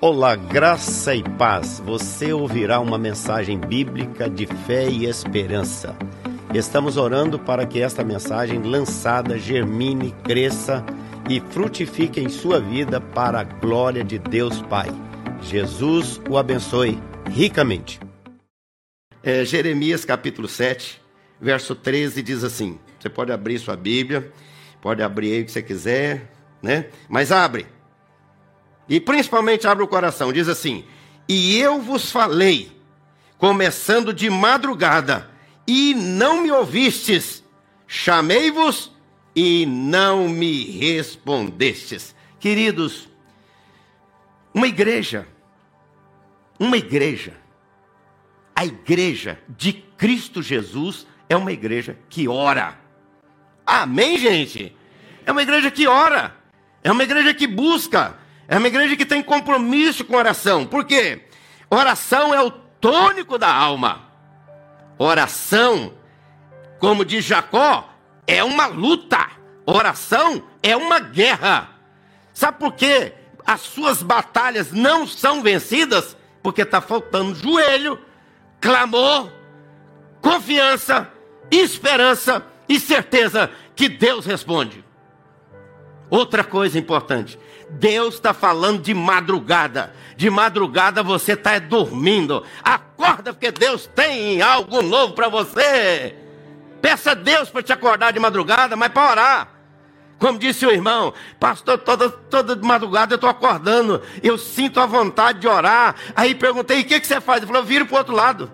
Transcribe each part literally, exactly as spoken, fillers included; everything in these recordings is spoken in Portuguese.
Olá, graça e paz. Você ouvirá uma mensagem bíblica de fé e esperança. Estamos orando para que esta mensagem lançada germine, cresça e frutifique em sua vida para a glória de Deus Pai. Jesus o abençoe ricamente. É, Jeremias capítulo sete, verso treze diz assim. Você pode abrir sua Bíblia, pode abrir aí o que você quiser, né? Mas abre. E principalmente abre o coração, diz assim: e eu vos falei, começando de madrugada, e não me ouvistes, chamei-vos e não me respondestes. Queridos, uma igreja, uma igreja, a igreja de Cristo Jesus é uma igreja que ora. Amém, gente? É uma igreja que ora, é uma igreja que busca, é uma igreja que tem compromisso com oração. Por quê? Oração é o tônico da alma. Oração, como diz Jacó, é uma luta. Oração é uma guerra. Sabe por quê? As suas batalhas não são vencidas porque está faltando joelho, clamor, confiança, esperança e certeza que Deus responde. Outra coisa importante, Deus está falando de madrugada. De madrugada você está dormindo. Acorda, porque Deus tem algo novo para você. Peça a Deus para te acordar de madrugada, mas para orar. Como disse o irmão, pastor, toda, toda madrugada eu estou acordando, eu sinto a vontade de orar. Aí perguntei, o que, que você faz? Ele falou, eu viro para o outro lado.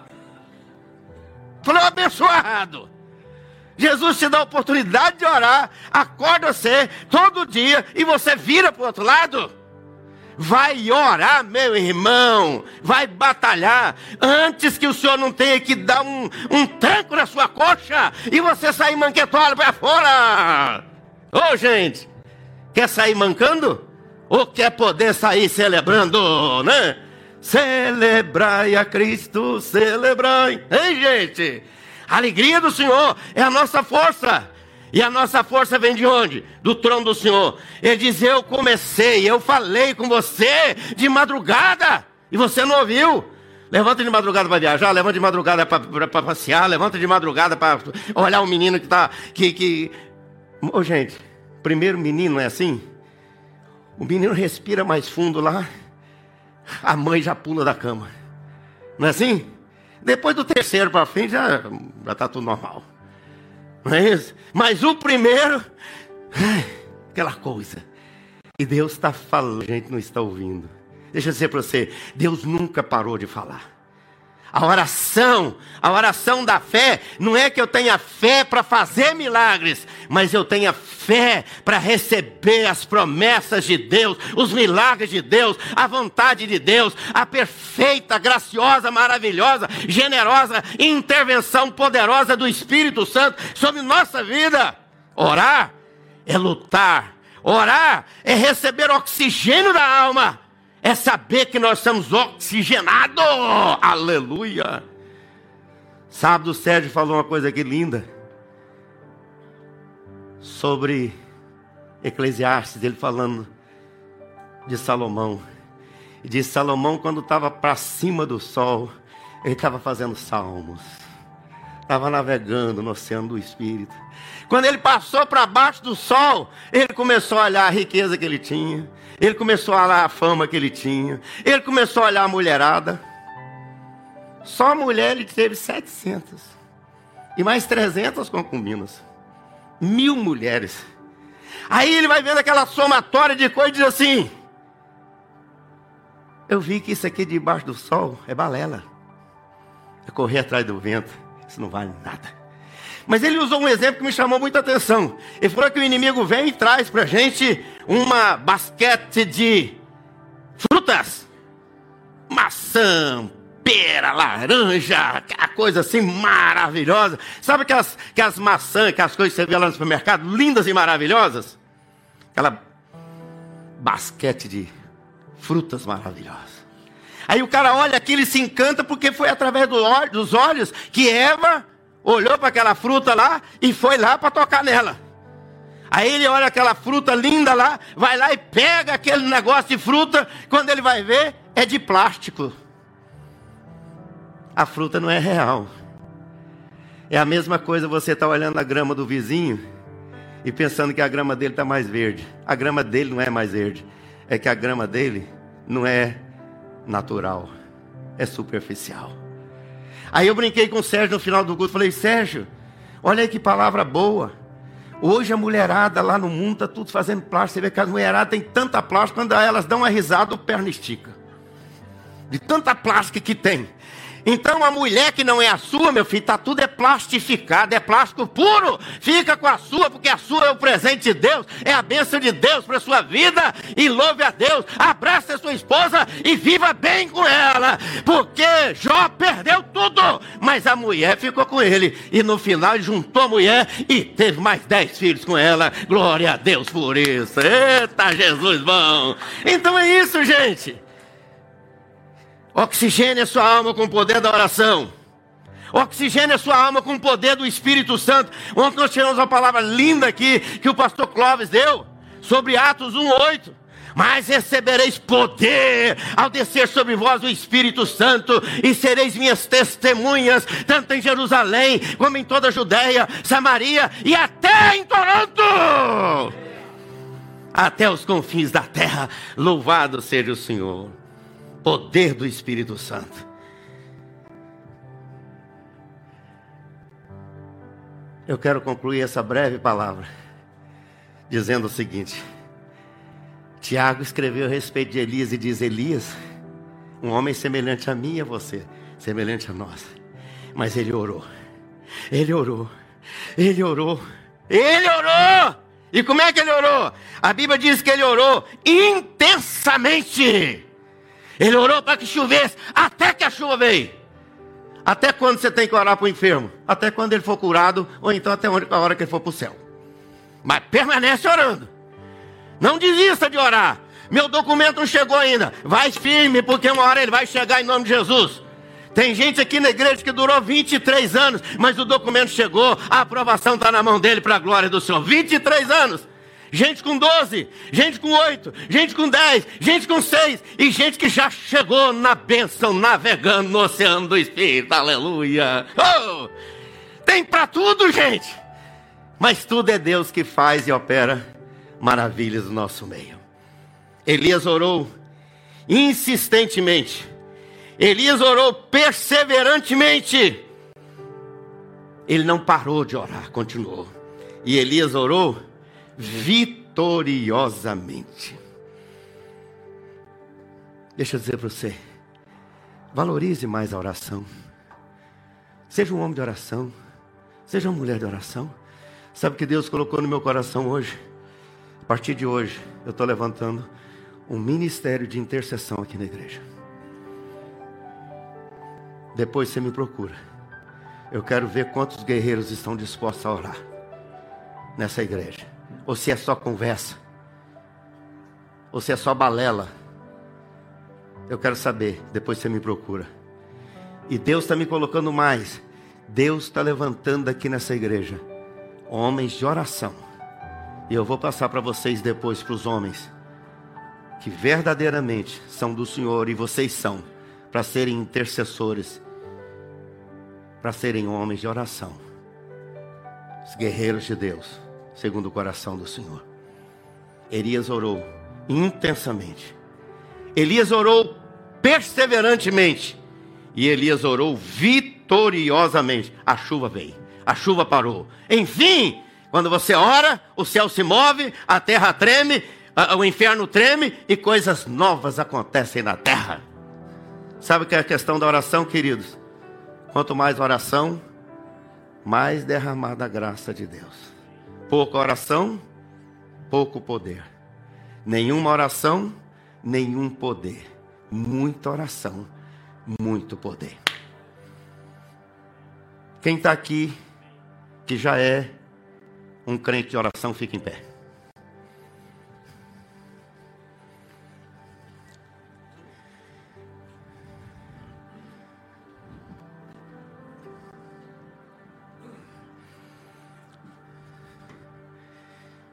Falei, abençoado. Jesus te dá a oportunidade de orar, acorda você todo dia e você vira para o outro lado. Vai orar, meu irmão, vai batalhar, antes que o Senhor não tenha que dar um, um tranco na sua coxa e você sair manquetola para fora. Ô gente, quer sair mancando? Ou quer poder sair celebrando, né? Celebrai a Cristo, celebrai. Hein, gente? A alegria do Senhor é a nossa força. E a nossa força vem de onde? Do trono do Senhor. Ele diz, eu comecei, eu falei com você de madrugada. E você não ouviu. Levanta de madrugada para viajar, levanta de madrugada para passear, levanta de madrugada para olhar o menino que está... Que, que... Ô, gente, primeiro menino é assim. O menino respira mais fundo lá. A mãe já pula da cama. Não é assim? Depois do terceiro para frente já está tudo normal. Não é isso? Mas o primeiro, aquela coisa. E Deus está falando, a gente não está ouvindo. Deixa eu dizer para você, Deus nunca parou de falar. A oração, a oração da fé, não é que eu tenha fé para fazer milagres, mas eu tenha fé para receber as promessas de Deus, os milagres de Deus, a vontade de Deus, a perfeita, graciosa, maravilhosa, generosa intervenção poderosa do Espírito Santo sobre nossa vida. Orar é lutar, orar é receber oxigênio da alma. É saber que nós estamos oxigenados. Aleluia. Sábado o Sérgio falou uma coisa aqui linda. Sobre Eclesiastes. Ele falando de Salomão. E disse, Salomão quando estava para cima do sol, ele estava fazendo salmos. Estava navegando no oceano do Espírito. Quando ele passou para baixo do sol, ele começou a olhar a riqueza que ele tinha. Ele começou a olhar a fama que ele tinha. Ele começou a olhar a mulherada. Só a mulher ele teve setecentas. E mais trezentas concubinas. Mil mulheres. Aí ele vai vendo aquela somatória de coisas e diz assim, eu vi que isso aqui debaixo do sol é balela. É correr atrás do vento. Isso não vale nada. Mas ele usou um exemplo que me chamou muita atenção. Ele falou que o inimigo vem e traz pra gente uma basquete de frutas. Maçã, pera, laranja, aquela coisa assim maravilhosa. Sabe aquelas, aquelas maçãs, aquelas coisas que você vê lá no supermercado, lindas e maravilhosas? Aquela basquete de frutas maravilhosas. Aí o cara olha aquilo e se encanta porque foi através do olho, dos olhos que Eva olhou para aquela fruta lá e foi lá para tocar nela. Aí ele olha aquela fruta linda lá, vai lá e pega aquele negócio de fruta, quando ele vai ver, é de plástico. A fruta não é real. É a mesma coisa você estar olhando a grama do vizinho e pensando que a grama dele está mais verde. A grama dele não é mais verde. É que a grama dele não é natural. É superficial. Aí eu brinquei com o Sérgio no final do culto. Falei, Sérgio, olha aí que palavra boa. Hoje a mulherada lá no mundo está tudo fazendo plástico. Você vê que as mulheradas têm tanta plástica, quando elas dão uma risada, o perna estica. De tanta plástica que tem. Então a mulher que não é a sua, meu filho, tá tudo é plastificado, é plástico puro. Fica com a sua, porque a sua é o presente de Deus, é a bênção de Deus para a sua vida. E louve a Deus, abraça a sua esposa e viva bem com ela. Porque Jó perdeu tudo, mas a mulher ficou com ele. E no final ele juntou a mulher e teve mais dez filhos com ela. Glória a Deus por isso. Eita, Jesus bom. Então é isso, gente. Oxigene a sua alma com o poder da oração. Oxigene a sua alma com o poder do Espírito Santo. Ontem nós tivemos uma palavra linda aqui, que o pastor Clóvis deu, sobre Atos um, oito. Mas recebereis poder ao descer sobre vós o Espírito Santo, e sereis minhas testemunhas, tanto em Jerusalém, como em toda a Judéia, Samaria e até em Toronto. Até os confins da terra. Louvado seja o Senhor. Poder do Espírito Santo. Eu quero concluir essa breve palavra dizendo o seguinte: Tiago escreveu a respeito de Elias e diz: Elias, um homem semelhante a mim e a você, semelhante a nós, mas ele orou, ele orou, ele orou, ele orou. E como é que ele orou? A Bíblia diz que ele orou intensamente. Ele orou para que chovesse, até que a chuva veio. Até quando você tem que orar para o enfermo? Até quando ele for curado, ou então até a hora que ele for para o céu. Mas permanece orando. Não desista de orar. Meu documento não chegou ainda. Vai firme, porque uma hora ele vai chegar em nome de Jesus. Tem gente aqui na igreja que durou vinte e três anos, mas o documento chegou, a aprovação está na mão dele para a glória do Senhor. vinte e três anos. Gente com doze, gente com oito, gente com dez, gente com seis, e gente que já chegou na bênção, navegando no oceano do Espírito, aleluia. Oh, tem para tudo, gente, mas tudo é Deus que faz e opera maravilhas no nosso meio. Elias orou insistentemente, Elias orou perseverantemente, ele não parou de orar, continuou, e Elias orou vitoriosamente. Deixa eu dizer para você, valorize mais a oração. Seja um homem de oração, seja uma mulher de oração. Sabe o que Deus colocou no meu coração hoje? A partir de hoje eu estou levantando um ministério de intercessão aqui na igreja. Depois você me procura. Eu quero ver quantos guerreiros estão dispostos a orar nessa igreja. Ou se é só conversa, ou se é só balela. Eu quero saber, depois você me procura. E Deus está me colocando mais. Deus está levantando aqui nessa igreja homens de oração. E eu vou passar para vocês depois, para os homens que verdadeiramente são do Senhor, e vocês são, para serem intercessores, para serem homens de oração, os guerreiros de Deus, segundo o coração do Senhor. Elias orou intensamente, Elias orou perseverantemente, e Elias orou vitoriosamente. A chuva veio, a chuva parou. Enfim, quando você ora, o céu se move, a terra treme, o inferno treme, e coisas novas acontecem na terra. Sabe o que é a questão da oração, queridos? Quanto mais oração, mais derramada a graça de Deus. Pouca oração, pouco poder. Nenhuma oração, nenhum poder. Muita oração, muito poder. Quem está aqui, que já é um crente de oração, fica em pé.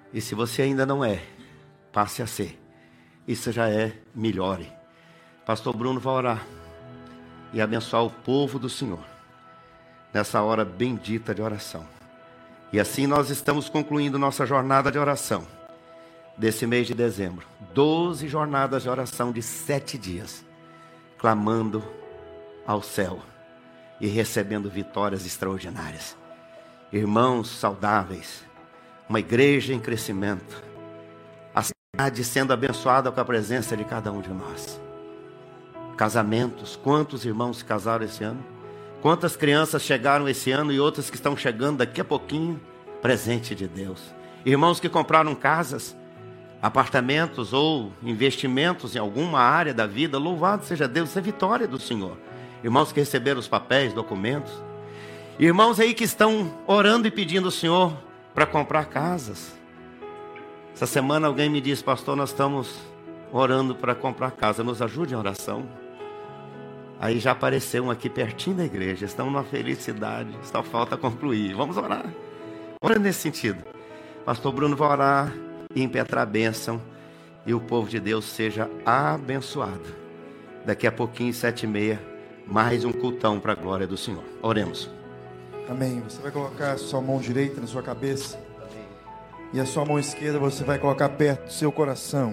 E se você ainda não é, passe a ser. Isso já é melhor. Pastor Bruno vai orar e abençoar o povo do Senhor nessa hora bendita de oração. E assim nós estamos concluindo nossa jornada de oração desse mês de dezembro. Doze jornadas de oração de sete dias, clamando ao céu e recebendo vitórias extraordinárias. Irmãos saudáveis, uma igreja em crescimento, a cidade sendo abençoada com a presença de cada um de nós. Casamentos, quantos irmãos se casaram esse ano? Quantas crianças chegaram esse ano e outras que estão chegando daqui a pouquinho? Presente de Deus. Irmãos que compraram casas, apartamentos ou investimentos em alguma área da vida, louvado seja Deus, isso é vitória do Senhor. Irmãos que receberam os papéis, documentos. Irmãos aí que estão orando e pedindo ao Senhor para comprar casas. Essa semana alguém me disse: pastor, nós estamos orando para comprar casa, nos ajude em oração. Aí já apareceu um aqui pertinho da igreja, estamos numa felicidade, só falta concluir. Vamos orar. Ora nesse sentido. Pastor Bruno vai orar e impetrar a bênção, e o povo de Deus seja abençoado. Daqui a pouquinho, sete e meia, mais um cultão para a glória do Senhor. Oremos. Amém. Você vai colocar a sua mão direita na sua cabeça, e a sua mão esquerda você vai colocar perto do seu coração.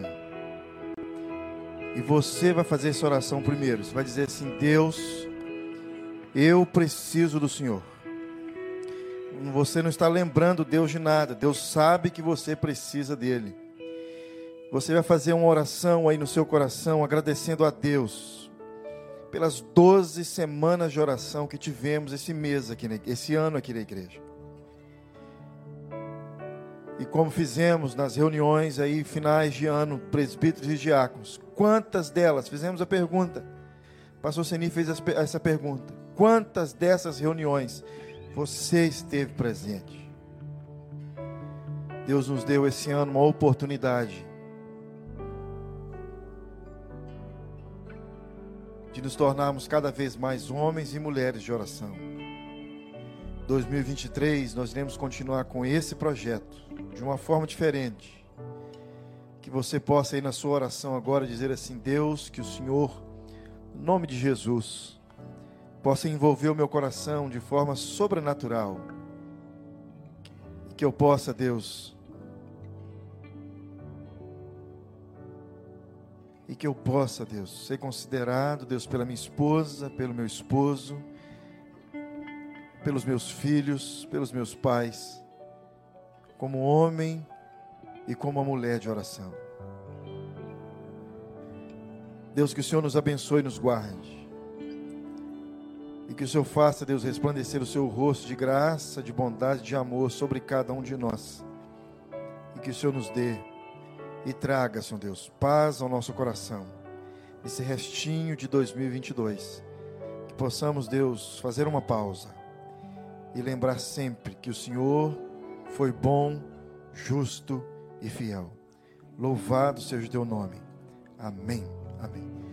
E você vai fazer essa oração primeiro. Você vai dizer assim: Deus, eu preciso do Senhor. Você não está lembrando Deus de nada. Deus sabe que você precisa dEle. Você vai fazer uma oração aí no seu coração, agradecendo a Deus pelas doze semanas de oração que tivemos esse mês aqui, esse ano aqui na igreja. E como fizemos nas reuniões aí, finais de ano, presbíteros e diáconos, quantas delas, fizemos a pergunta, pastor Seni fez essa pergunta, quantas dessas reuniões você esteve presente? Deus nos deu esse ano uma oportunidade de nos tornarmos cada vez mais homens e mulheres de oração. dois mil e vinte e três, nós iremos continuar com esse projeto de uma forma diferente. Que você possa ir na sua oração agora dizer assim: Deus, que o Senhor, em nome de Jesus, possa envolver o meu coração de forma sobrenatural. E que eu possa, Deus, e que eu possa, Deus, ser considerado, Deus, pela minha esposa, pelo meu esposo, pelos meus filhos, pelos meus pais, como homem e como uma mulher de oração. Deus, que o Senhor nos abençoe e nos guarde. E que o Senhor faça, Deus, resplandecer o seu rosto de graça, de bondade, de amor sobre cada um de nós. E que o Senhor nos dê e traga, Senhor Deus, paz ao nosso coração. Esse restinho de dois mil e vinte e dois. Que possamos, Deus, fazer uma pausa e lembrar sempre que o Senhor foi bom, justo e fiel. Louvado seja o teu nome. Amém. Amém.